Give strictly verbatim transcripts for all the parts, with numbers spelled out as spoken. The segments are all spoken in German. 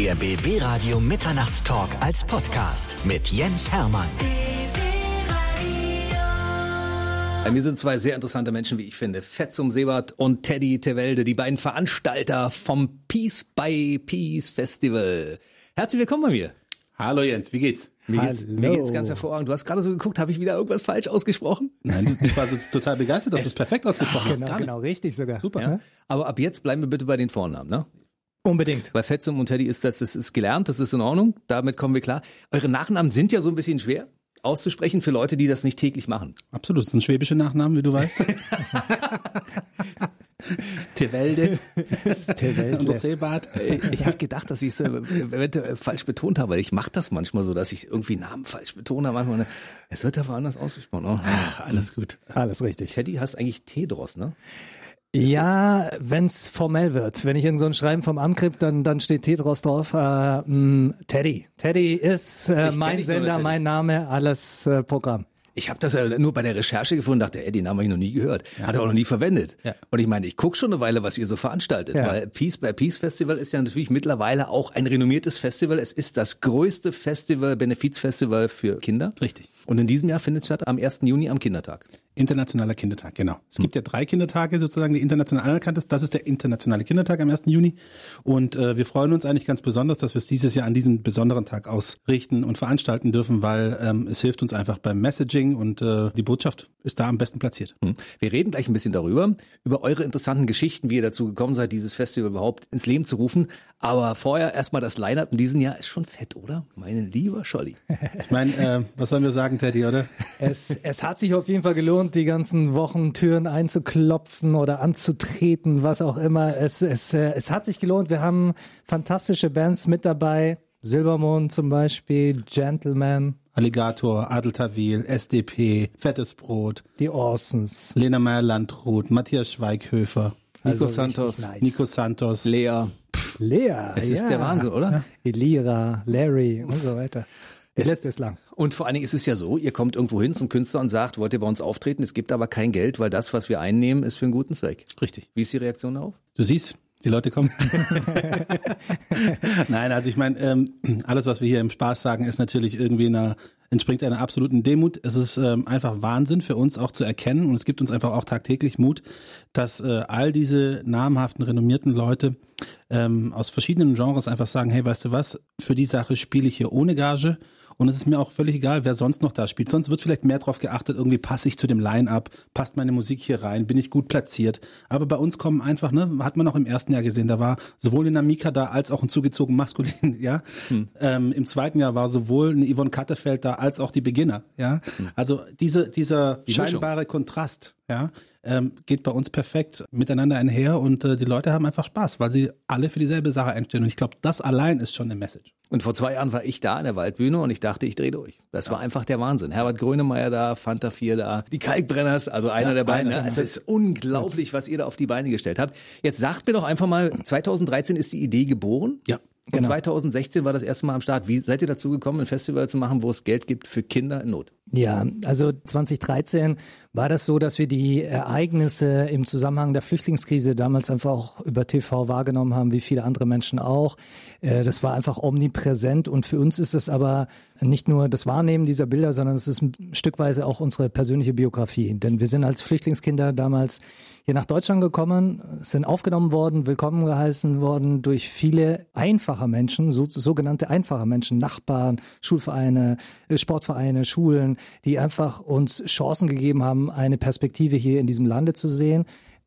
Der B B Radio Mitternachtstalk als Podcast mit Jens Hermann. Bei mir sind zwei sehr interessante Menschen, wie ich finde. Fetsum Seebert und Teddy Tewelde, die beiden Veranstalter vom Peace by Peace Festival. Herzlich willkommen bei mir. Hallo Jens, wie geht's? Mir geht's, mir geht's ganz hervorragend. Du hast gerade so geguckt, habe ich wieder irgendwas falsch ausgesprochen? Nein, ich war so total begeistert, dass du es perfekt ausgesprochen Ach, hast. genau, genau, richtig sogar. Super. Ja? Aber ab jetzt bleiben wir bitte bei den Vornamen, ne? Unbedingt. Bei Fetsum und Teddy ist das, das ist gelernt, das ist in Ordnung, damit kommen wir klar. Eure Nachnamen sind ja so ein bisschen schwer auszusprechen für Leute, die das nicht täglich machen. Absolut, das sind schwäbische Nachnamen, wie du weißt. Tewelde. Tewelde. Und das Seebad. Ich habe gedacht, dass ich es eventuell falsch betont habe, weil ich mache das manchmal so, dass ich irgendwie Namen falsch betone. Manchmal, es wird aber anders ausgesprochen. Oh. Ach, alles gut. Alles richtig. Teddy heißt eigentlich Tedros, ne? Ja, wenn's formell wird. Wenn ich irgend so ein Schreiben vom Amt krieg, dann, dann steht Tedros drauf. Äh, mh, Teddy. Teddy ist äh, mein Sender, mein Name, alles äh, Programm. Ich habe das ja nur bei der Recherche gefunden, dachte, ey, den Namen habe ich noch nie gehört. Ja. Hat er auch noch nie verwendet. Ja. Und ich meine, ich gucke schon eine Weile, was ihr so veranstaltet. Ja. Weil Peace by Peace Festival ist ja natürlich mittlerweile auch ein renommiertes Festival. Es ist das größte Festival, Benefizfestival für Kinder. Richtig. Und in diesem Jahr findet es statt am ersten Juni am Kindertag. Internationaler Kindertag, genau. Es hm. gibt ja drei Kindertage sozusagen, die international anerkannt ist. Das ist der internationale Kindertag am ersten Juni. Und äh, wir freuen uns eigentlich ganz besonders, dass wir es dieses Jahr an diesem besonderen Tag ausrichten und veranstalten dürfen, weil ähm, es hilft uns einfach beim Messaging und äh, die Botschaft ist da am besten platziert. Hm. Wir reden gleich ein bisschen darüber, über eure interessanten Geschichten, wie ihr dazu gekommen seid, dieses Festival überhaupt ins Leben zu rufen. Aber vorher erstmal das Line-Up in diesem Jahr ist schon fett, oder? Meine lieber Scholli. Ich meine, äh, was sollen wir sagen, Teddy, oder? Es, es hat sich auf jeden Fall gelohnt, die ganzen Wochen Türen einzuklopfen oder anzutreten, was auch immer. Es, es, es hat sich gelohnt. Wir haben fantastische Bands mit dabei. Silbermond zum Beispiel, Gentleman. Alligator, Adel Tawil, S D P, Fettes Brot. Die Orsons. Lena Meyer-Landrut, Matthias Schweighöfer. Nico also Santos. Nice. Nico Santos. Lea. Pff, Lea, Es ist ja. der Wahnsinn, oder? Ja. Elira, Larry und so weiter. Der Liste ist lang. Und vor allen Dingen ist es ja so, ihr kommt irgendwo hin zum Künstler und sagt, wollt ihr bei uns auftreten? Es gibt aber kein Geld, weil das, was wir einnehmen, ist für einen guten Zweck. Richtig. Wie ist die Reaktion darauf? Du siehst, die Leute kommen. Nein, also ich meine, ähm, alles, was wir hier im Spaß sagen, ist natürlich irgendwie einer, entspringt einer absoluten Demut. Es ist ähm, einfach Wahnsinn für uns auch zu erkennen und es gibt uns einfach auch tagtäglich Mut, dass äh, all diese namhaften, renommierten Leute ähm, aus verschiedenen Genres einfach sagen, hey, weißt du was, für die Sache spiele ich hier ohne Gage. Und es ist mir auch völlig egal, wer sonst noch da spielt. Sonst wird vielleicht mehr drauf geachtet, irgendwie passe ich zu dem Line-Up, passt meine Musik hier rein, bin ich gut platziert. Aber bei uns kommen einfach, ne, hat man auch im ersten Jahr gesehen, da war sowohl eine Namika da, als auch ein zugezogen Maskulin, ja. Hm. Ähm, im zweiten Jahr war sowohl eine Yvonne Kattefeld da, als auch die Beginner, ja. Hm. Also diese, dieser die scheinbare Kontrast, ja, ähm, geht bei uns perfekt miteinander einher und äh, die Leute haben einfach Spaß, weil sie alle für dieselbe Sache einstehen. Und ich glaube, das allein ist schon eine Message. Und vor zwei Jahren war ich da in der Waldbühne und ich dachte, ich drehe durch. Das ja. war einfach der Wahnsinn. Herbert Grönemeyer da, Fanta vier da, die Kalkbrenners, also einer ja, der beiden. Ne? Es ist unglaublich, was ihr da auf die Beine gestellt habt. Jetzt sagt mir doch einfach mal, zweitausenddreizehn ist die Idee geboren. Ja. Und genau. zweitausendsechzehn war das erste Mal am Start. Wie seid ihr dazu gekommen, ein Festival zu machen, wo es Geld gibt für Kinder in Not? Ja, also zweitausenddreizehn war das so, dass wir die Ereignisse im Zusammenhang der Flüchtlingskrise damals einfach auch über T V wahrgenommen haben, wie viele andere Menschen auch. Das war einfach omnipräsent und für uns ist es aber nicht nur das Wahrnehmen dieser Bilder, sondern es ist ein Stückweise auch unsere persönliche Biografie. Denn wir sind als Flüchtlingskinder damals hier nach Deutschland gekommen, sind aufgenommen worden, willkommen geheißen worden durch viele einfache Menschen, so, sogenannte einfache Menschen, Nachbarn, Schulvereine, Sportvereine, Schulen, die einfach uns Chancen gegeben haben, eine Perspektive hier in diesem Lande zu sehen,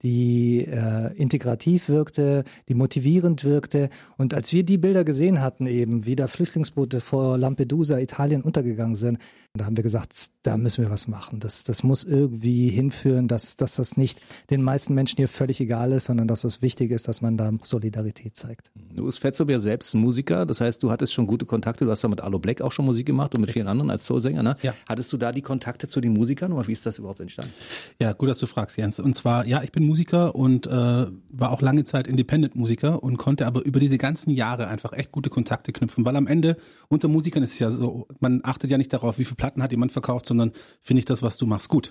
die äh, integrativ wirkte, die motivierend wirkte. Und als wir die Bilder gesehen hatten, eben wie da Flüchtlingsboote vor Lampedusa, Italien untergegangen sind, da haben wir gesagt, da müssen wir was machen. Das, das muss irgendwie hinführen, dass, dass das nicht den meisten Menschen hier völlig egal ist, sondern dass es wichtig ist, dass man da Solidarität zeigt. Du bist Fetsum ja selbst ein Musiker, das heißt, du hattest schon gute Kontakte, du hast ja mit Aloe Blacc auch schon Musik gemacht und mit vielen anderen als Soulsänger, ne? Ja. Hattest du da die Kontakte zu den Musikern oder wie ist das überhaupt entstanden? Ja, gut, dass du fragst, Jens. Und zwar, ja, ich bin Musiker und äh, war auch lange Zeit Independent-Musiker und konnte aber über diese ganzen Jahre einfach echt gute Kontakte knüpfen, weil am Ende unter Musikern ist es ja so, man achtet ja nicht darauf, wie viele Platten hat jemand verkauft, sondern finde ich das, was du machst, gut.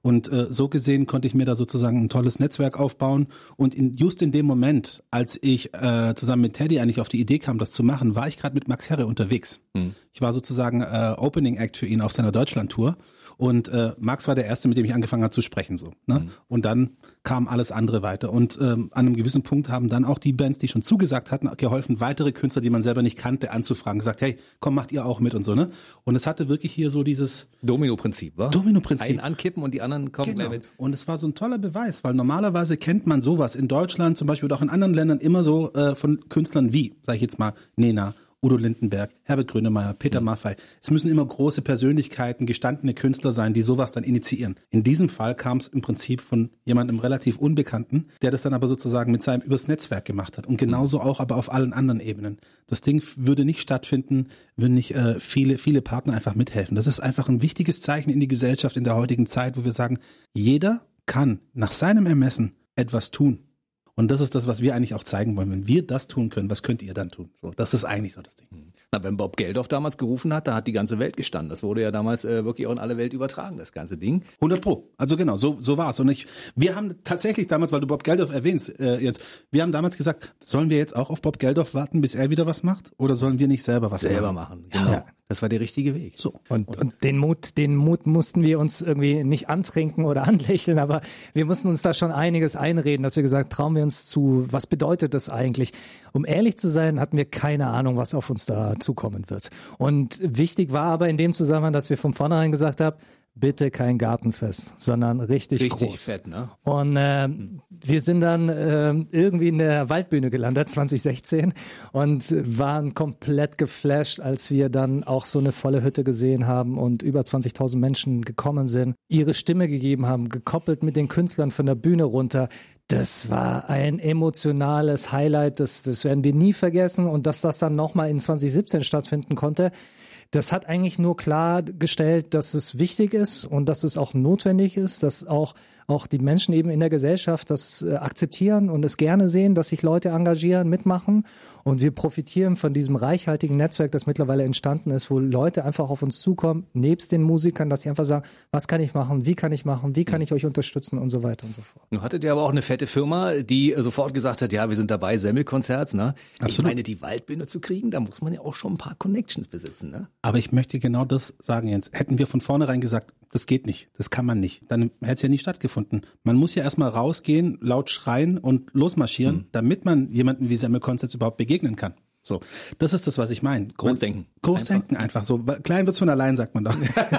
Und äh, so gesehen konnte ich mir da sozusagen ein tolles Netzwerk aufbauen. Und in, just in dem Moment, als ich äh, zusammen mit Teddy eigentlich auf die Idee kam, das zu machen, war ich gerade mit Max Herre unterwegs. Hm. Ich war sozusagen äh, Opening Act für ihn auf seiner Deutschland-Tour. Und äh, Max war der Erste, mit dem ich angefangen habe zu sprechen. So, ne? Mhm. Und dann kam alles andere weiter. Und ähm, an einem gewissen Punkt haben dann auch die Bands, die schon zugesagt hatten, geholfen, weitere Künstler, die man selber nicht kannte, anzufragen. Gesagt, hey, komm, macht ihr auch mit und so. Ne? Und es hatte wirklich hier so dieses Domino-Prinzip, wa? Domino-Prinzip. Einen ankippen und die anderen kommen genau. mehr mit. Und es war so ein toller Beweis, weil normalerweise kennt man sowas in Deutschland zum Beispiel oder auch in anderen Ländern immer so äh, von Künstlern wie, sag ich jetzt mal, Nena, Udo Lindenberg, Herbert Grönemeyer, Peter mhm. Maffay. Es müssen immer große Persönlichkeiten, gestandene Künstler sein, die sowas dann initiieren. In diesem Fall kam es im Prinzip von jemandem relativ Unbekannten, der das dann aber sozusagen mit seinem übers Netzwerk gemacht hat. Und genauso mhm. auch aber auf allen anderen Ebenen. Das Ding würde nicht stattfinden, würden nicht äh, viele, viele Partner einfach mithelfen. Das ist einfach ein wichtiges Zeichen in die Gesellschaft in der heutigen Zeit, wo wir sagen, jeder kann nach seinem Ermessen etwas tun. Und das ist das, was wir eigentlich auch zeigen wollen. Wenn wir das tun können, was könnt ihr dann tun? So, das ist eigentlich so das Ding. Na, wenn Bob Geldof damals gerufen hat, da hat die ganze Welt gestanden. Das wurde ja damals äh, wirklich auch in alle Welt übertragen, das ganze Ding. hundert Pro. Also genau, so, so war es. Und ich, wir haben tatsächlich damals, weil du Bob Geldof erwähnst, äh, jetzt, wir haben damals gesagt, sollen wir jetzt auch auf Bob Geldof warten, bis er wieder was macht? Oder sollen wir nicht selber was selber machen? Selber machen, genau. Ja. Das war der richtige Weg. So. Und, und den Mut, den Mut mussten wir uns irgendwie nicht antrinken oder anlächeln, aber wir mussten uns da schon einiges einreden, dass wir gesagt, trauen wir uns zu, was bedeutet das eigentlich? Um ehrlich zu sein, hatten wir keine Ahnung, was auf uns da zukommen wird. Und wichtig war aber in dem Zusammenhang, dass wir von vornherein gesagt haben, bitte kein Gartenfest, sondern richtig, richtig groß. Fett, ne? Und äh, wir sind dann äh, irgendwie in der Waldbühne gelandet, zwanzig sechzehn, und waren komplett geflasht, als wir dann auch so eine volle Hütte gesehen haben und über zwanzigtausend Menschen gekommen sind, ihre Stimme gegeben haben, gekoppelt mit den Künstlern von der Bühne runter. Das war ein emotionales Highlight, das, das werden wir nie vergessen. Und dass das dann nochmal in zwanzig siebzehn stattfinden konnte, das hat eigentlich nur klargestellt, dass es wichtig ist und dass es auch notwendig ist, dass auch auch die Menschen eben in der Gesellschaft das äh, akzeptieren und es gerne sehen, dass sich Leute engagieren, mitmachen. Und wir profitieren von diesem reichhaltigen Netzwerk, das mittlerweile entstanden ist, wo Leute einfach auf uns zukommen, nebst den Musikern, dass sie einfach sagen, was kann ich machen, wie kann ich machen, wie kann ich euch unterstützen und so weiter und so fort. Nun hattet ihr aber auch eine fette Firma, die sofort gesagt hat, ja, wir sind dabei, Semmelkonzerts, ne? Absolut. Ich meine, die Waldbühne zu kriegen, da muss man ja auch schon ein paar Connections besitzen, ne? Aber ich möchte genau das sagen, Jens. Hätten wir von vornherein gesagt, das geht nicht, das kann man nicht, dann hätte es ja nie stattgefunden. Man muss ja erstmal rausgehen, laut schreien und losmarschieren, mhm. damit man jemanden wie Semmelkonzerts überhaupt begegnen kann. So, das ist das, was ich meine. Großdenken. Großdenken einfach. einfach so. Klein wird's von allein, sagt man doch.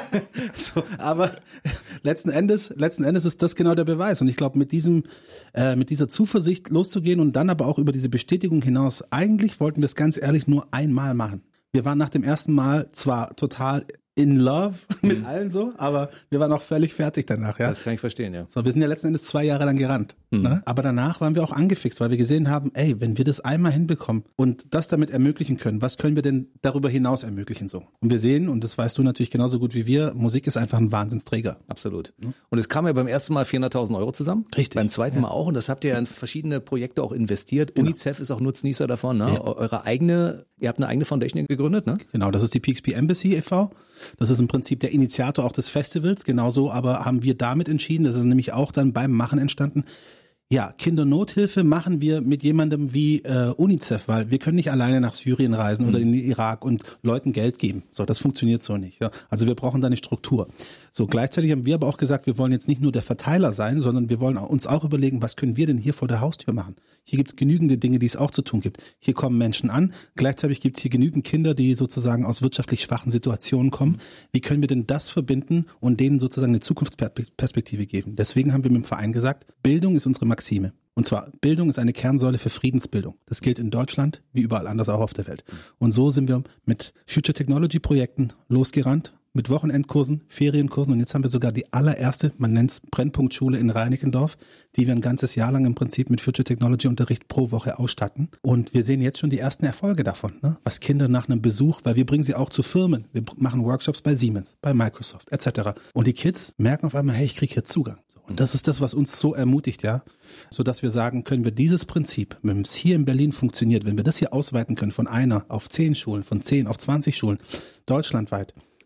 so, aber letzten Endes, letzten Endes ist das genau der Beweis. Und ich glaube, mit diesem, äh, mit dieser Zuversicht loszugehen und dann aber auch über diese Bestätigung hinaus, eigentlich wollten wir es ganz ehrlich nur einmal machen. Wir waren nach dem ersten Mal zwar total in love mit mhm. allen so, aber wir waren auch völlig fertig danach, ja. Das kann ich verstehen, ja. So, wir sind ja letzten Endes zwei Jahre lang gerannt, mhm. ne? Aber danach waren wir auch angefixt, weil wir gesehen haben, ey, wenn wir das einmal hinbekommen und das damit ermöglichen können, was können wir denn darüber hinaus ermöglichen so? Und wir sehen, und das weißt du natürlich genauso gut wie wir, Musik ist einfach ein Wahnsinnsträger. Absolut. Mhm. Und es kam ja beim ersten Mal vierhunderttausend Euro zusammen. Richtig. Beim zweiten ja. Mal auch, und das habt ihr ja in verschiedene Projekte auch investiert. Genau. UNICEF ist auch Nutznießer davon, ne? Ja. Eure eigene, ihr habt eine eigene Foundation gegründet, ne? Genau, das ist die P X P Embassy e V. Das ist im Prinzip der Initiator auch des Festivals, genauso aber haben wir damit entschieden, das ist nämlich auch dann beim Machen entstanden. Ja, Kindernothilfe machen wir mit jemandem wie äh, UNICEF, weil wir können nicht alleine nach Syrien reisen mhm. oder in den Irak und Leuten Geld geben. So, das funktioniert so nicht. Ja. Also wir brauchen da eine Struktur. So, gleichzeitig haben wir aber auch gesagt, wir wollen jetzt nicht nur der Verteiler sein, sondern wir wollen uns auch überlegen, was können wir denn hier vor der Haustür machen? Hier gibt es genügende Dinge, die es auch zu tun gibt. Hier kommen Menschen an. Gleichzeitig gibt es hier genügend Kinder, die sozusagen aus wirtschaftlich schwachen Situationen kommen. Wie können wir denn das verbinden und denen sozusagen eine Zukunftsperspektive geben? Deswegen haben wir mit dem Verein gesagt, Bildung ist unsere Maxime. Und zwar, Bildung ist eine Kernsäule für Friedensbildung. Das gilt in Deutschland wie überall anders auch auf der Welt. Und so sind wir mit Future Technology Projekten losgerannt, mit Wochenendkursen, Ferienkursen, und jetzt haben wir sogar die allererste, man nennt es Brennpunktschule in Reinickendorf, die wir ein ganzes Jahr lang im Prinzip mit Future Technology Unterricht pro Woche ausstatten. Und wir sehen jetzt schon die ersten Erfolge davon, ne? Was Kinder nach einem Besuch, weil wir bringen sie auch zu Firmen, wir machen Workshops bei Siemens, bei Microsoft et cetera. Und die Kids merken auf einmal, hey, ich kriege hier Zugang. Und das ist das, was uns so ermutigt, ja, so dass wir sagen, können wir dieses Prinzip, wenn es hier in Berlin funktioniert, wenn wir das hier ausweiten können von einer auf zehn Schulen, von zehn auf zwanzig Schulen, deutschlandweit,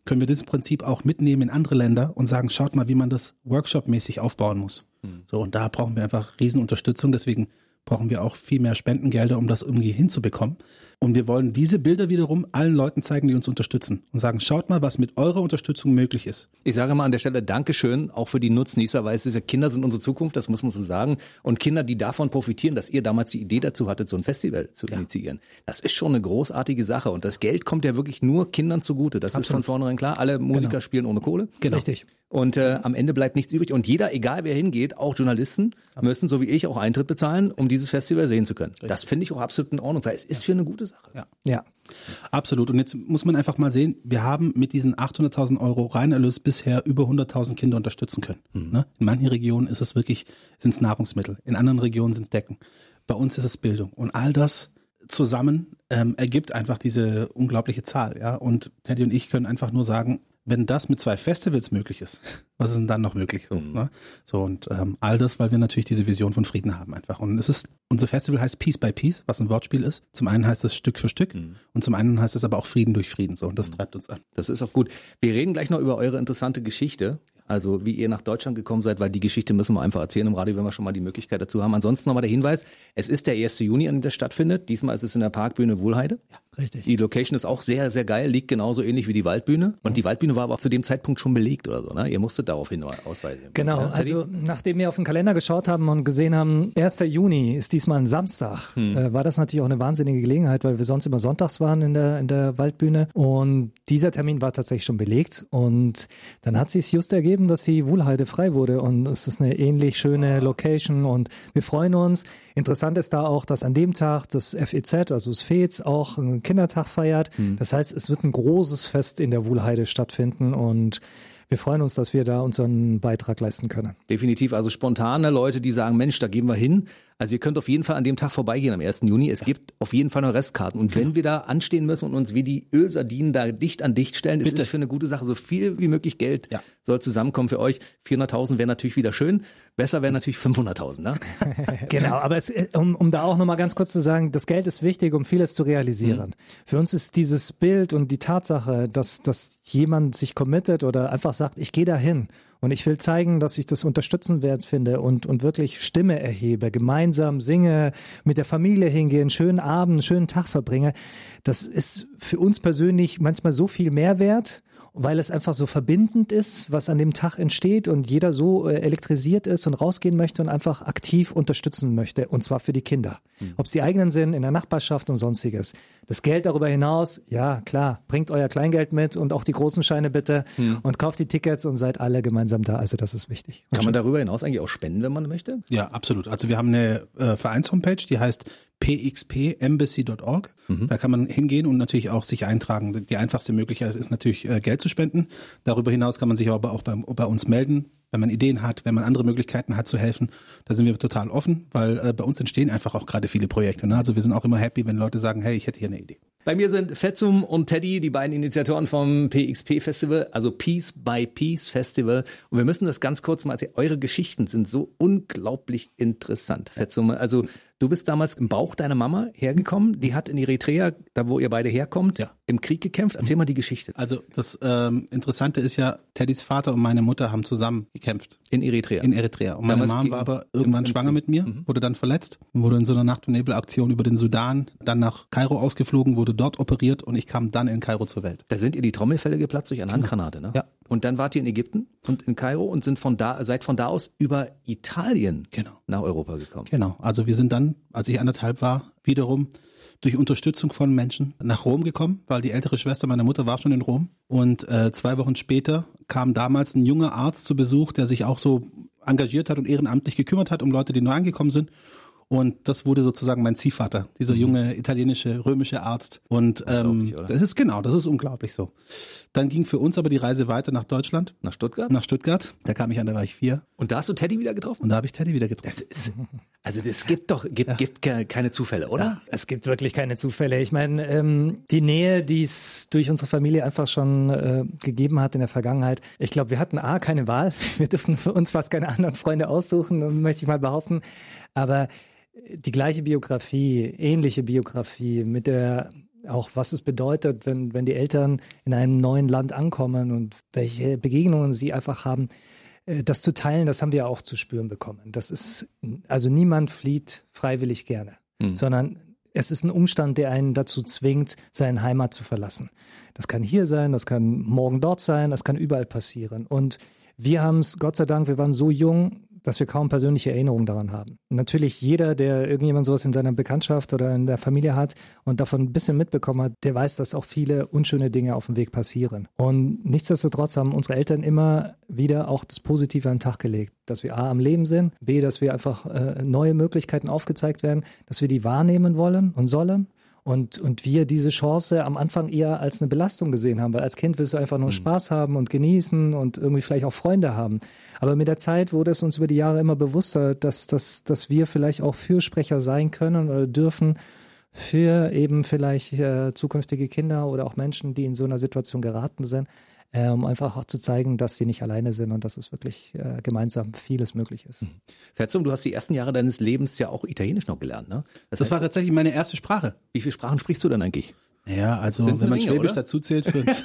können wir dieses Prinzip auch mitnehmen in andere Länder und sagen, schaut mal, wie man das workshopmäßig aufbauen muss. Mhm. So, und da brauchen wir einfach Riesenunterstützung, deswegen brauchen wir auch viel mehr Spendengelder, um das irgendwie hinzubekommen. Und wir wollen diese Bilder wiederum allen Leuten zeigen, die uns unterstützen und sagen, schaut mal, was mit eurer Unterstützung möglich ist. Ich sage mal an der Stelle Dankeschön, auch für die Nutznießer, weil es ist ja, Kinder sind unsere Zukunft, das muss man so sagen. Und Kinder, die davon profitieren, dass ihr damals die Idee dazu hattet, so ein Festival zu ja. initiieren. Das ist schon eine großartige Sache. Und das Geld kommt ja wirklich nur Kindern zugute. Das Absolut. Ist von vornherein klar. Alle Musiker genau. spielen ohne Kohle. Genau. Richtig. Und äh, am Ende bleibt nichts übrig. Und jeder, egal wer hingeht, auch Journalisten, müssen, so wie ich, auch Eintritt bezahlen, um dieses Festival sehen zu können. Richtig. Das finde ich auch absolut in Ordnung, weil es ist ja. für eine gute Sache. Ja. ja. Absolut. Und jetzt muss man einfach mal sehen, wir haben mit diesen achthunderttausend Euro Reinerlös bisher über hunderttausend Kinder unterstützen können. Mhm. Ne? In manchen Regionen ist es wirklich, sind es Nahrungsmittel. In anderen Regionen sind es Decken. Bei uns ist es Bildung. Und all das zusammen ähm, ergibt einfach diese unglaubliche Zahl. Ja? Und Teddy und ich können einfach nur sagen, wenn das mit zwei Festivals möglich ist, was ist denn dann noch möglich? So, mhm. ne? so und ähm, all das, weil wir natürlich diese Vision von Frieden haben einfach. Und es ist, unser Festival heißt Piece by Piece, was ein Wortspiel ist. Zum einen heißt es Stück für Stück mhm. und zum anderen heißt es aber auch Frieden durch Frieden. So, und das mhm. treibt uns an. Das ist auch gut. Wir reden gleich noch über eure interessante Geschichte. Also wie ihr nach Deutschland gekommen seid, weil die Geschichte müssen wir einfach erzählen im Radio, wenn wir schon mal die Möglichkeit dazu haben. Ansonsten nochmal der Hinweis, es ist der erste Juni, an dem das stattfindet. Diesmal ist es in der Parkbühne Wohlheide. Ja, richtig. Die Location ist auch sehr, sehr geil, liegt genauso ähnlich wie die Waldbühne. Und mhm. die Waldbühne war aber auch zu dem Zeitpunkt schon belegt oder so, ne? Ihr musstet darauf hin ausweisen. Genau, ja, also nachdem wir auf den Kalender geschaut haben und gesehen haben, erster Juni ist diesmal ein Samstag, hm. äh, war das natürlich auch eine wahnsinnige Gelegenheit, weil wir sonst immer sonntags waren in der, in der Waldbühne. Und dieser Termin war tatsächlich schon belegt. Und dann hat sich just ergeben, dass die Wohlheide frei wurde und es ist eine ähnlich schöne Location und wir freuen uns. Interessant ist da auch, dass an dem Tag das F E Z, also das F E Z, auch einen Kindertag feiert. Hm. Das heißt, es wird ein großes Fest in der Wohlheide stattfinden und wir freuen uns, dass wir da unseren Beitrag leisten können. Definitiv, also spontane Leute, die sagen, Mensch, da gehen wir hin. Also ihr könnt auf jeden Fall an dem Tag vorbeigehen am ersten Juni. Es ja. gibt auf jeden Fall noch Restkarten. Und wenn wir da anstehen müssen und uns wie die Ölsardinen da dicht an dicht stellen, ist es für eine gute Sache. So viel wie möglich Geld ja. soll zusammenkommen für euch. vierhunderttausend wäre natürlich wieder schön. Besser wäre natürlich fünfhunderttausend. Ne? Genau, aber es, um, um da auch nochmal ganz kurz zu sagen, das Geld ist wichtig, um vieles zu realisieren. Mhm. Für uns ist dieses Bild und die Tatsache, dass, dass jemand sich committet oder einfach sagt, ich gehe da hin. Und ich will zeigen, dass ich das unterstützenswert finde und, und wirklich Stimme erhebe, gemeinsam singe, mit der Familie hingehe, einen schönen Abend, einen schönen Tag verbringe. Das ist für uns persönlich manchmal so viel Mehrwert, weil es einfach so verbindend ist, was an dem Tag entsteht und jeder so äh, elektrisiert ist und rausgehen möchte und einfach aktiv unterstützen möchte, und zwar für die Kinder. Mhm. Ob es die eigenen sind, in der Nachbarschaft und sonstiges. Das Geld darüber hinaus, ja klar, bringt euer Kleingeld mit und auch die großen Scheine bitte mhm. und kauft die Tickets und seid alle gemeinsam da. Also das ist wichtig. Und Kann man darüber hinaus eigentlich auch spenden, wenn man möchte? Ja, absolut. Also wir haben eine äh, Vereinshomepage, die heißt p x p embassy dot org. Mhm. Da kann man hingehen und natürlich auch sich eintragen. Die einfachste Möglichkeit ist natürlich äh, Geld zu spenden. Darüber hinaus kann man sich aber auch bei, bei uns melden, wenn man Ideen hat, wenn man andere Möglichkeiten hat zu helfen. Da sind wir total offen, weil äh, bei uns entstehen einfach auch gerade viele Projekte. Ne? Also wir sind auch immer happy, wenn Leute sagen, hey, ich hätte hier eine Idee. Bei mir sind Fetsum und Teddy, die beiden Initiatoren vom P X P Festival, also Piece by Piece Festival. Und wir müssen das ganz kurz mal erzählen. Eure Geschichten sind so unglaublich interessant, Fetsum. Also du bist damals im Bauch deiner Mama hergekommen. Die hat in Eritrea, da wo ihr beide herkommt, ja. im Krieg gekämpft. Erzähl mal die Geschichte. Also das ähm, Interessante ist ja, Teddys Vater und meine Mutter haben zusammen gekämpft. In Eritrea? In Eritrea. Und meine Mom war aber irgendwann im, im schwanger mit mir, mhm. wurde dann verletzt und wurde in so einer Nacht- und Nebelaktion über den Sudan dann nach Kairo ausgeflogen, wurde dort operiert und ich kam dann in Kairo zur Welt. Da sind ihr die Trommelfelle geplatzt durch eine Handgranate, ne? Ja. Und dann wart ihr in Ägypten und in Kairo und sind von da, seid von da aus über Italien genau. nach Europa gekommen. Genau. Also wir sind dann, als ich anderthalb war, wiederum durch Unterstützung von Menschen nach Rom gekommen, weil die ältere Schwester meiner Mutter war schon in Rom. Und äh, zwei Wochen später kam damals ein junger Arzt zu Besuch, der sich auch so engagiert hat und ehrenamtlich gekümmert hat um Leute, die neu angekommen sind. Und das wurde sozusagen mein Ziehvater, dieser mhm. junge italienische, römische Arzt. Und ähm, das ist genau, das ist unglaublich so. Dann ging für uns aber die Reise weiter nach Deutschland. Nach Stuttgart? Nach Stuttgart. Da kam ich an, da war ich vier. Und da hast du Teddy wieder getroffen? Und da habe ich Teddy wieder getroffen. Das ist, also das gibt doch, gibt, ja. gibt keine Zufälle, oder? Ja, es gibt wirklich keine Zufälle. Ich meine, ähm, die Nähe, die es durch unsere Familie einfach schon äh, gegeben hat in der Vergangenheit. Ich glaube, wir hatten A, keine Wahl. Wir durften für uns fast keine anderen Freunde aussuchen, möchte ich mal behaupten. Aber die gleiche Biografie, ähnliche Biografie mit der auch was es bedeutet, wenn, wenn die Eltern in einem neuen Land ankommen und welche Begegnungen sie einfach haben. Das zu teilen, das haben wir auch zu spüren bekommen. Das ist, also niemand flieht freiwillig gerne, hm. sondern es ist ein Umstand, der einen dazu zwingt, seine Heimat zu verlassen. Das kann hier sein, das kann morgen dort sein, das kann überall passieren. Und wir haben es, Gott sei Dank, wir waren so jung, dass wir kaum persönliche Erinnerungen daran haben. Natürlich jeder, der irgendjemand sowas in seiner Bekanntschaft oder in der Familie hat und davon ein bisschen mitbekommen hat, der weiß, dass auch viele unschöne Dinge auf dem Weg passieren. Und nichtsdestotrotz haben unsere Eltern immer wieder auch das Positive an den Tag gelegt, dass wir A, am Leben sind, B, dass wir einfach äh, neue Möglichkeiten aufgezeigt werden, dass wir die wahrnehmen wollen und sollen. Und, und wir diese Chance am Anfang eher als eine Belastung gesehen haben, weil als Kind willst du einfach nur mhm. Spaß haben und genießen und irgendwie vielleicht auch Freunde haben. Aber mit der Zeit wurde es uns über die Jahre immer bewusster, dass, dass, dass wir vielleicht auch Fürsprecher sein können oder dürfen für eben vielleicht äh, zukünftige Kinder oder auch Menschen, die in so einer Situation geraten sind, äh, um einfach auch zu zeigen, dass sie nicht alleine sind und dass es wirklich äh, gemeinsam vieles möglich ist. Mhm. Fetzum, du hast die ersten Jahre deines Lebens ja auch Italienisch noch gelernt, ne? Das, das heißt, war tatsächlich meine erste Sprache. Wie viele Sprachen sprichst du denn eigentlich? Ja, also Sind wenn man Menge, Schwäbisch oder? dazu zählt, fünf.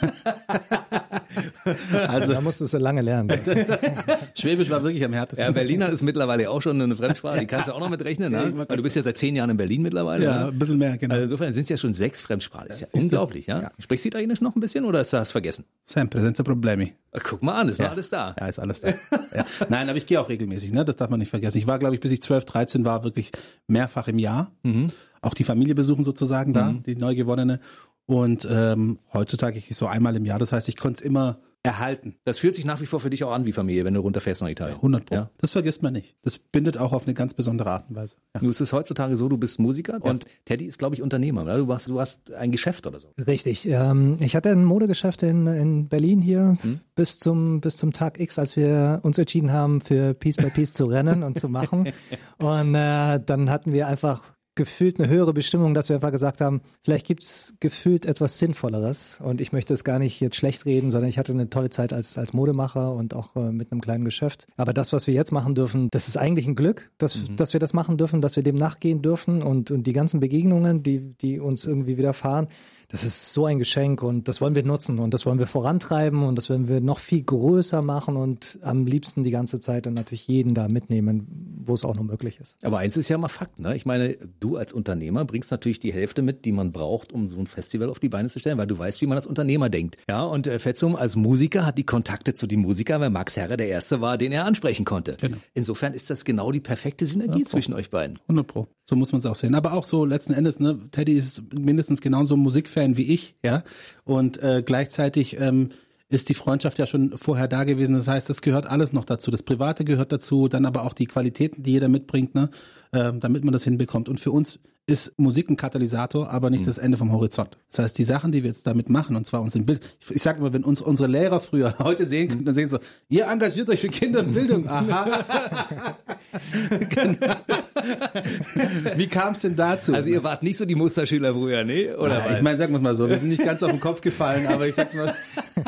Also da musst du so lange lernen. Schwäbisch war wirklich am härtesten. Ja, Berliner ist mittlerweile auch schon eine Fremdsprache, die kannst du auch noch mitrechnen, ne? Weil du bist ja seit zehn Jahren in Berlin mittlerweile. Ja, ein bisschen mehr, genau. Also insofern sind es ja schon sechs Fremdsprachen. Das ist ja unglaublich, ja? ja? Sprichst du Italienisch noch ein bisschen oder hast du das vergessen? Sempre, senza problemi. Guck mal an, ist ja. noch alles da. Ja, ist alles da. Ja. Nein, aber ich gehe auch regelmäßig, ne? Das darf man nicht vergessen. Ich war, glaube ich, bis ich zwölf, dreizehn war, wirklich mehrfach im Jahr. Mhm. Auch die Familie besuchen sozusagen da, mhm. die neu gewonnene. Und ähm, heutzutage gehe ich so einmal im Jahr. Das heißt, ich konnte es immer erhalten. Das fühlt sich nach wie vor für dich auch an wie Familie, wenn du runterfährst nach Italien. Ja, hundert Pro. Ja. Das vergisst man nicht. Das bindet auch auf eine ganz besondere Art und Weise. Ja. Du bist es heutzutage so, du bist Musiker ja. und Teddy ist, glaube ich, Unternehmer. Oder? Du, hast, du hast ein Geschäft oder so. Richtig. Ähm, ich hatte ein Modegeschäft in, in Berlin hier hm? bis zum bis zum Tag X, als wir uns entschieden haben, für Piece by Piece zu rennen und zu machen. Und äh, dann hatten wir einfach gefühlt eine höhere Bestimmung, dass wir einfach gesagt haben, vielleicht gibt's gefühlt etwas Sinnvolleres und ich möchte es gar nicht jetzt schlecht reden, sondern ich hatte eine tolle Zeit als als Modemacher und auch äh, mit einem kleinen Geschäft. Aber das, was wir jetzt machen dürfen, das ist eigentlich ein Glück, dass mhm. dass wir das machen dürfen, dass wir dem nachgehen dürfen und und die ganzen Begegnungen, die die uns irgendwie widerfahren, das ist so ein Geschenk und das wollen wir nutzen und das wollen wir vorantreiben und das wollen wir noch viel größer machen und am liebsten die ganze Zeit und natürlich jeden da mitnehmen, wo es auch noch möglich ist. Aber eins ist ja mal Fakt, ne? Ich meine, du als Unternehmer bringst natürlich die Hälfte mit, die man braucht, um so ein Festival auf die Beine zu stellen, weil du weißt, wie man als Unternehmer denkt. Ja, und äh, Fetzum als Musiker hat die Kontakte zu den Musikern, weil Max Herre der Erste war, den er ansprechen konnte. Genau. Insofern ist das genau die perfekte Synergie ja, zwischen euch beiden. hundert Pro. So muss man es auch sehen. Aber auch so letzten Endes, ne? Teddy ist mindestens genauso ein Musikfan wie ich, ja, und äh, gleichzeitig ähm, ist die Freundschaft ja schon vorher da gewesen. Das heißt, das gehört alles noch dazu. Das Private gehört dazu, dann aber auch die Qualitäten, die jeder mitbringt, ne, äh, damit man das hinbekommt. Und für uns ist Musik ein Katalysator, aber nicht mhm. das Ende vom Horizont. Das heißt, die Sachen, die wir jetzt damit machen, und zwar uns im Bild, ich, ich sage immer, wenn uns unsere Lehrer früher heute sehen können, dann sehen sie so, ihr engagiert euch für Kinder und Bildung. Aha. Genau. Wie kam es denn dazu? Also ihr wart nicht so die Musterschüler früher, ne? Oder ja, ich meine, sagen wir es mal so, wir sind nicht ganz auf den Kopf gefallen, aber ich sag mal,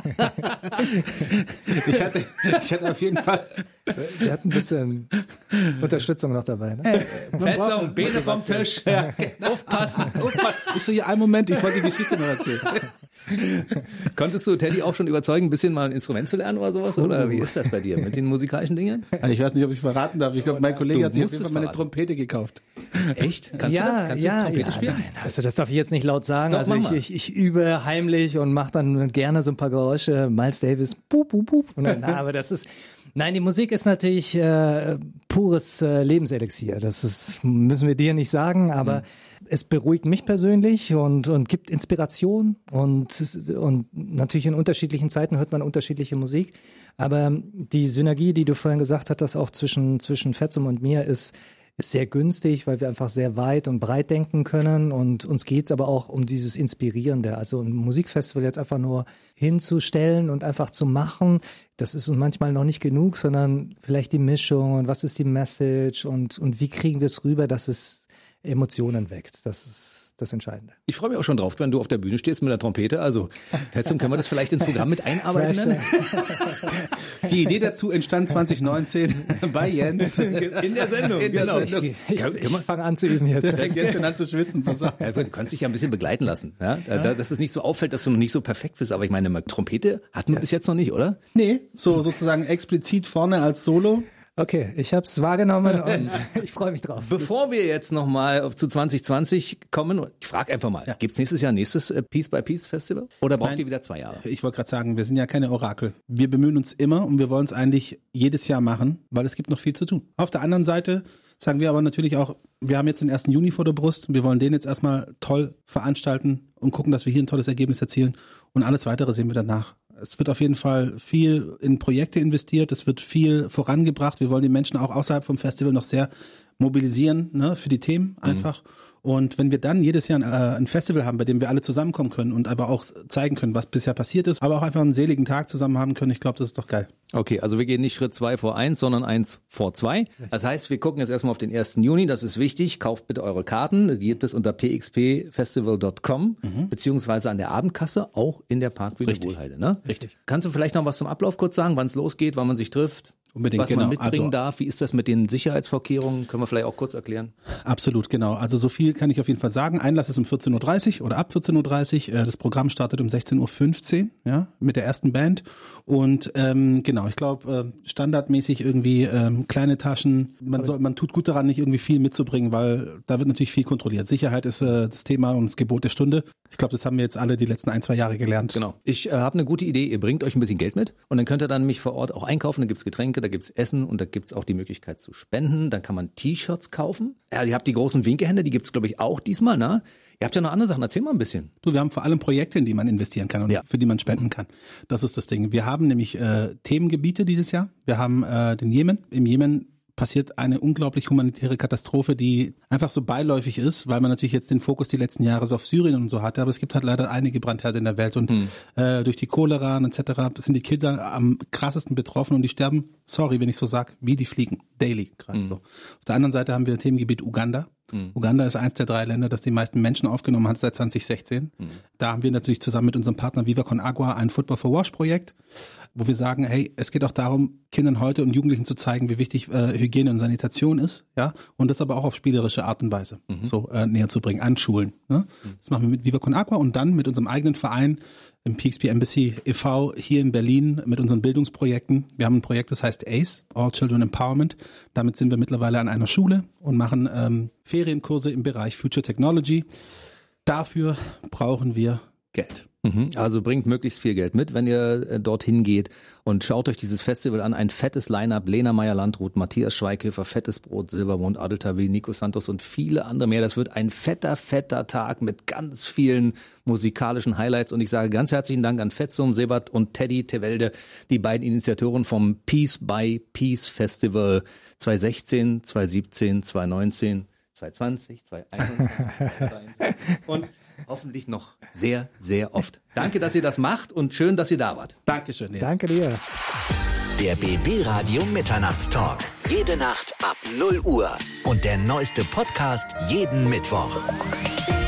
ich hatte, ich hatte auf jeden Fall. Wir hatten ein bisschen Unterstützung noch dabei. Ne? Fetzung, Beine vom Tisch. Ja. Aufpassen, aufpassen. Ich so, hier, einen Moment, ich wollte die Geschichte noch erzählen. Konntest du Teddy auch schon überzeugen, ein bisschen mal ein Instrument zu lernen oder sowas? Oder wie ist das bei dir mit den musikalischen Dingen? Also ich weiß nicht, ob ich es verraten darf. Ich glaube, mein Kollege du hat sich auf jeden Fall meine Trompete gekauft. Echt? Kannst ja, du das? Kannst ja, du Trompete ja, spielen? Nein, also das darf ich jetzt nicht laut sagen. Doch, also ich, ich, ich übe heimlich und mache dann gerne so ein paar Geräusche. Miles Davis, pup, pup, pup. Und dann, na, aber das ist, nein, die Musik ist natürlich äh, pures äh, Lebenselixier. Das ist, müssen wir dir nicht sagen, aber mhm. es beruhigt mich persönlich und, und gibt Inspiration und, und natürlich in unterschiedlichen Zeiten hört man unterschiedliche Musik. Aber die Synergie, die du vorhin gesagt hattest, auch zwischen, zwischen Fetzum und mir ist, ist sehr günstig, weil wir einfach sehr weit und breit denken können und uns geht's aber auch um dieses Inspirierende. Also ein Musikfestival jetzt einfach nur hinzustellen und einfach zu machen, das ist uns manchmal noch nicht genug, sondern vielleicht die Mischung und was ist die Message und, und wie kriegen wir es rüber, dass es Emotionen weckt. Das ist das, das Entscheidende. Ich freue mich auch schon drauf, wenn du auf der Bühne stehst mit der Trompete. Also, Petzum, können wir das vielleicht ins Programm mit einarbeiten? Dann? Die Idee dazu entstand zwanzig neunzehn bei Jens. In der Sendung, In der genau. Sendung. Ich, ich, ich fange an zu üben jetzt. Jens fängt an zu schwitzen, pass auf. Ja, du kannst dich ja ein bisschen begleiten lassen. Ja? Ja. Dass es nicht so auffällt, dass du noch nicht so perfekt bist. Aber ich meine, Trompete hatten wir ja. bis jetzt noch nicht, oder? Nee, so sozusagen explizit vorne als Solo. Okay, ich habe es wahrgenommen und ich freue mich drauf. Bevor wir jetzt nochmal zu zwanzig zwanzig kommen, ich frage einfach mal, ja. Gibt's nächstes Jahr ein nächstes äh, Piece by Piece Festival oder braucht Nein, ihr wieder zwei Jahre? Ich wollte gerade sagen, wir sind ja keine Orakel. Wir bemühen uns immer und wir wollen es eigentlich jedes Jahr machen, weil es gibt noch viel zu tun. Auf der anderen Seite sagen wir aber natürlich auch, wir haben jetzt den ersten Juni vor der Brust. Wir wollen den jetzt erstmal toll veranstalten und gucken, dass wir hier ein tolles Ergebnis erzielen und alles Weitere sehen wir danach. Es wird auf jeden Fall viel in Projekte investiert, es wird viel vorangebracht. Wir wollen die Menschen auch außerhalb vom Festival noch sehr mobilisieren, ne, für die Themen einfach. Mhm. Und wenn wir dann jedes Jahr ein, äh, ein Festival haben, bei dem wir alle zusammenkommen können und aber auch zeigen können, was bisher passiert ist, aber auch einfach einen seligen Tag zusammen haben können, ich glaube, das ist doch geil. Okay, also wir gehen nicht Schritt zwei vor eins, sondern eins vor zwei. Das heißt, wir gucken jetzt erstmal auf den ersten Juni, das ist wichtig. Kauft bitte eure Karten, die gibt es unter p x p festival punkt com, mhm. beziehungsweise an der Abendkasse, auch in der Parkbühne Wohlheide. Ne? Richtig. Kannst du vielleicht noch was zum Ablauf kurz sagen, wann es losgeht, wann man sich trifft? Unbedingt, was genau. man mitbringen also, darf. Wie ist das mit den Sicherheitsvorkehrungen? Können wir vielleicht auch kurz erklären? Absolut, genau. Also so viel kann ich auf jeden Fall sagen. Einlass ist um vierzehn Uhr dreißig oder ab vierzehn Uhr dreißig. Das Programm startet um sechzehn Uhr fünfzehn, ja, mit der ersten Band. Und ähm, genau, ich glaube, äh, standardmäßig irgendwie ähm, kleine Taschen. Man soll, man tut gut daran, nicht irgendwie viel mitzubringen, weil da wird natürlich viel kontrolliert. Sicherheit ist äh, das Thema und das Gebot der Stunde. Ich glaube, das haben wir jetzt alle die letzten ein, zwei Jahre gelernt. Genau. Ich äh, habe eine gute Idee. Ihr bringt euch ein bisschen Geld mit und dann könnt ihr dann nämlich vor Ort auch einkaufen. Da gibt's Getränke, da gibt's Essen und da gibt's auch die Möglichkeit zu spenden. Dann kann man T-Shirts kaufen. Ja, ihr habt die großen Winkehände, die gibt's glaube ich auch diesmal, ne? Ihr habt ja noch andere Sachen. Erzähl mal ein bisschen. Du, wir haben vor allem Projekte, in die man investieren kann und ja. für die man spenden kann. Das ist das Ding. Wir haben nämlich äh, Themengebiete dieses Jahr. Wir haben äh, den Jemen. Im Jemen passiert eine unglaublich humanitäre Katastrophe, die einfach so beiläufig ist, weil man natürlich jetzt den Fokus die letzten Jahre so auf Syrien und so hatte, aber es gibt halt leider einige Brandherde in der Welt und hm. äh, durch die Cholera und et cetera sind die Kinder am krassesten betroffen und die sterben, sorry, wenn ich so sag, wie die fliegen, daily gerade hm. so. Auf der anderen Seite haben wir das Themengebiet Uganda. Hm. Uganda ist eins der drei Länder, das die meisten Menschen aufgenommen hat seit zwanzig sechzehn. Hm. Da haben wir natürlich zusammen mit unserem Partner Viva Con Agua ein Football for Wash Projekt, wo wir sagen, hey, es geht auch darum, Kindern heute und Jugendlichen zu zeigen, wie wichtig äh, Hygiene und Sanitation ist, ja, und das aber auch auf spielerische Art und Weise mhm. so äh, näher zu bringen, an Schulen. Ne? Mhm. Das machen wir mit Viva Con Agua und dann mit unserem eigenen Verein im P X P Embassy e V hier in Berlin mit unseren Bildungsprojekten. Wir haben ein Projekt, das heißt A C E, All Children Empowerment. Damit sind wir mittlerweile an einer Schule und machen ähm, Ferienkurse im Bereich Future Technology. Dafür brauchen wir Geld. Also bringt möglichst viel Geld mit, wenn ihr äh, dorthin geht und schaut euch dieses Festival an. Ein fettes Line-Up, Lena Meyer-Landrut, Matthias Schweighöfer, Fettes Brot, Silbermond, Adel Tawil, Nico Santos und viele andere mehr. Das wird ein fetter, fetter Tag mit ganz vielen musikalischen Highlights und ich sage ganz herzlichen Dank an Petzum, Sebert und Teddy Tewelde, die beiden Initiatoren vom Piece by Piece Festival zwanzig sechzehn, zwanzig siebzehn, zwanzig neunzehn, zwanzig zwanzig, zwanzig einundzwanzig, zwanzig zweiundzwanzig und hoffentlich noch sehr, sehr oft. Danke, dass ihr das macht und schön, dass ihr da wart. Dankeschön. Jetzt. Danke dir. Der B B Radio Mitternachtstalk. Jede Nacht ab null Uhr. Und der neueste Podcast jeden Mittwoch.